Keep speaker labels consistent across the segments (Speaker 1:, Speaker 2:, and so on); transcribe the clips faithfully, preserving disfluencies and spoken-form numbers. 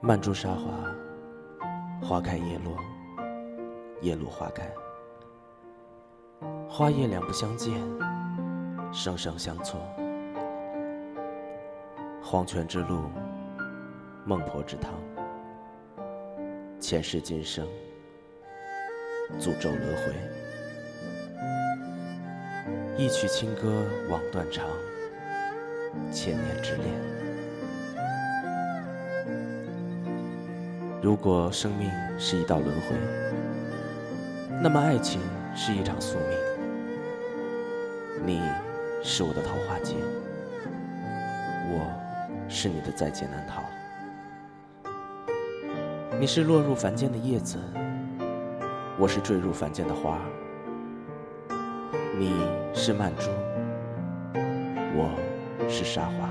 Speaker 1: 曼珠沙华，花开叶落，叶落花开，花叶两不相见，生生相错。黄泉之路，孟婆之汤，前世今生，诅咒轮回。一曲清歌枉断肠，千年之恋。如果生命是一道轮回，那么爱情是一场宿命。你是我的桃花劫，我是你的在劫难逃。你是落入凡间的叶子，我是坠入凡间的花儿。你是曼珠，我是沙华。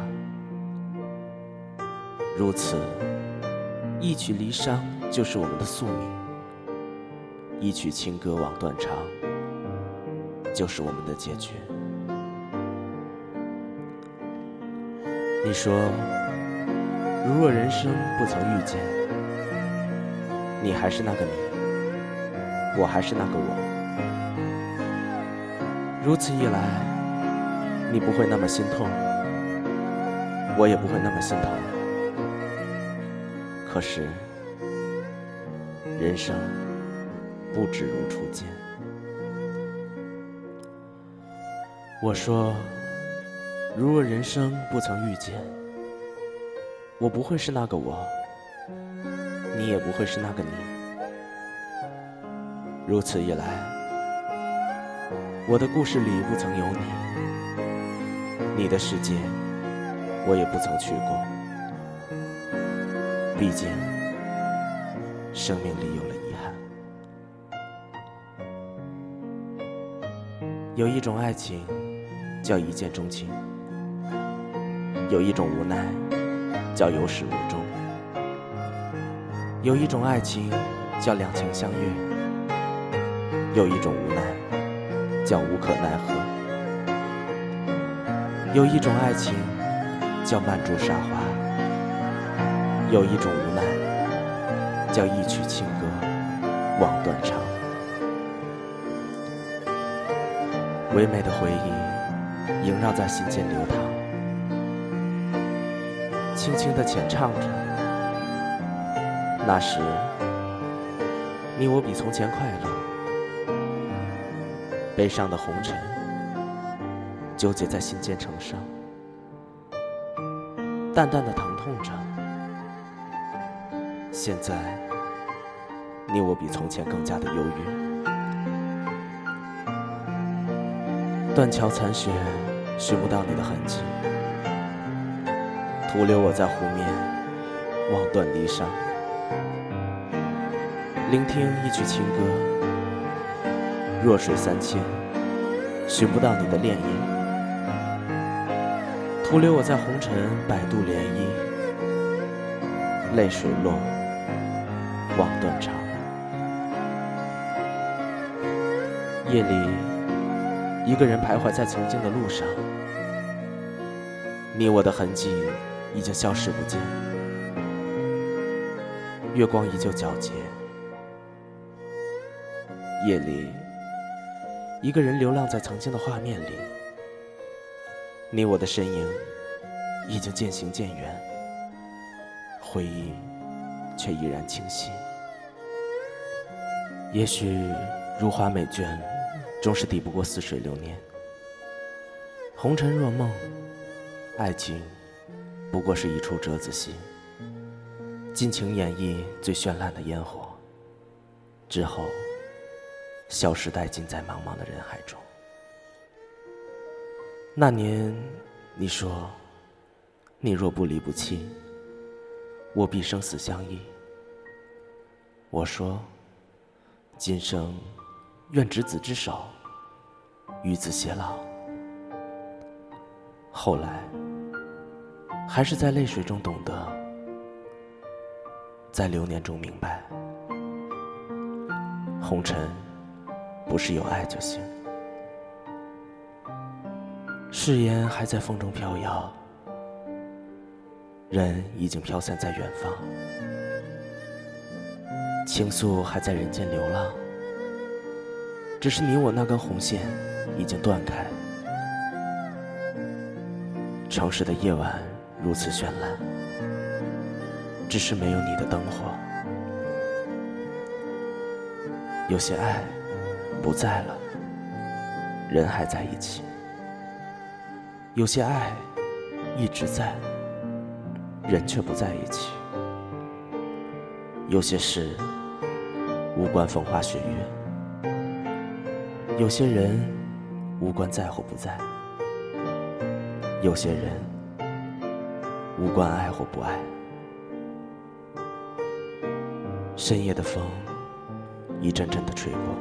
Speaker 1: 如此一曲离殇就是我们的宿命，一曲情歌枉断肠就是我们的结局。你说，如若人生不曾遇见，你还是那个你，我还是那个我。如此一来，你不会那么心痛，我也不会那么心疼。可是，人生不只如初见。我说，如若人生不曾遇见，我不会是那个我，你也不会是那个你。如此一来，我的故事里不曾有你，你的世界我也不曾去过。毕竟生命里有了遗憾。有一种爱情叫一见钟情，有一种无奈叫有始无终，有一种爱情叫两情相悦，有一种无奈叫无可奈何，有一种爱情叫曼珠沙华，有一种无奈叫一曲情歌枉断肠。唯美的回忆萦绕在心间流淌，轻轻地浅唱着。那时你我比从前快乐，悲伤的红尘纠结在心间成伤，淡淡的疼痛着。现在你我比从前更加的忧郁。断桥残雪寻不到你的痕迹，徒留我在湖面望断离殇。聆听一曲情歌，弱水三千，寻不到你的潋滟，徒留我在红尘摆渡涟漪，泪水落，枉断肠。夜里一个人徘徊在曾经的路上，你我的痕迹已经消失不见，月光依旧皎洁。夜里一个人流浪在曾经的画面里，你我的身影已经渐行渐远，回忆却依然清晰。也许如花美眷终是抵不过似水流年，红尘若梦，爱情不过是一出折子戏，尽情演绎最绚烂的烟火，之后消失殆尽在茫茫的人海中。那年你说，你若不离不弃，我必生死相依。我说，今生愿执子之手，与子偕老。后来还是在泪水中懂得，在流年中明白，红尘不是有爱就行。誓言还在风中飘摇，人已经飘散在远方。 情愫还在人间流浪，只是你我那根红线已经断开。城市的夜晚如此绚烂，只是没有你的灯火。有些爱不在了，人还在一起；有些爱一直在，人却不在一起。有些事无关风花雪月，有些人无关在或不在，有些人无关爱或不爱。深夜的风一阵阵地吹过，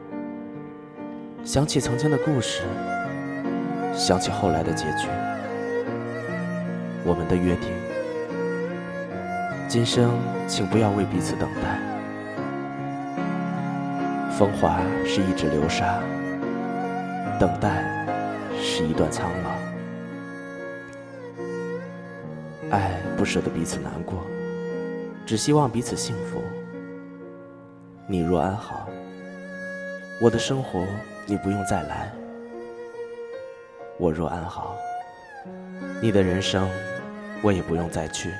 Speaker 1: 想起曾经的故事，想起后来的结局。我们的约定，今生请不要为彼此等待。风华是一指流沙，等待是一段苍老。爱不舍得彼此难过，只希望彼此幸福。你若安好，我的生活你不用再来；我若安好，你的人生我也不用再去。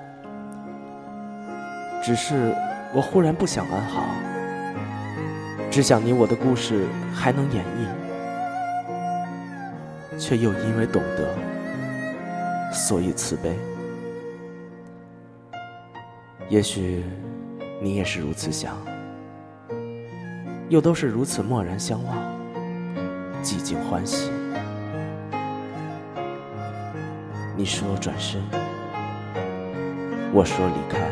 Speaker 1: 只是我忽然不想安好，只想你我的故事还能演绎，却又因为懂得，所以慈悲。也许你也是如此想，又都是如此默然相望，寂静欢喜。你说转身，我说离开，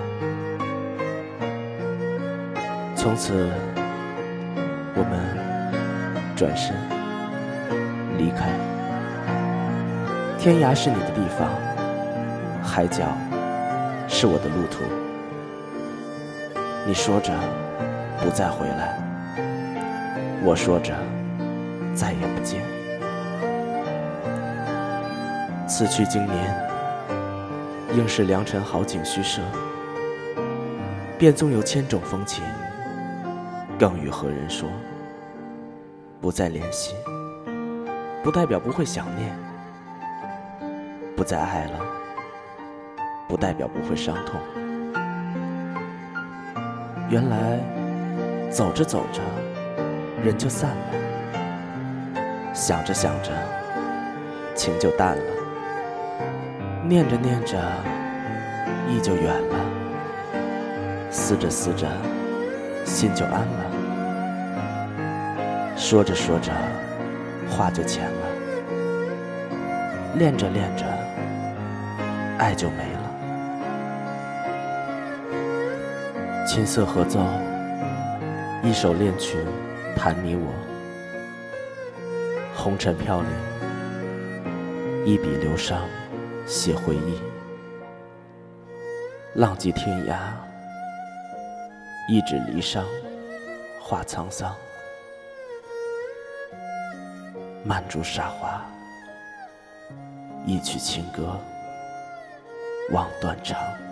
Speaker 1: 从此我们转身离开。天涯是你的地方，海角是我的路途。你说着不再回来，我说着再也不见。此去经年，应是良辰好景虚设，便纵有千种风情，更与何人说？不再联系，不代表不会想念；不再爱了，不代表不会伤痛。原来走着走着人就散了，想着想着情就淡了，念着念着意就远了，思着思着心就安了，说着说着话就浅了，恋着恋着爱就没了。琴瑟合奏，一首恋曲弹你我，红尘飘零，一笔流觞写回忆。浪迹天涯，一纸离殇画沧桑。漫竹沙华，一曲情歌望断肠。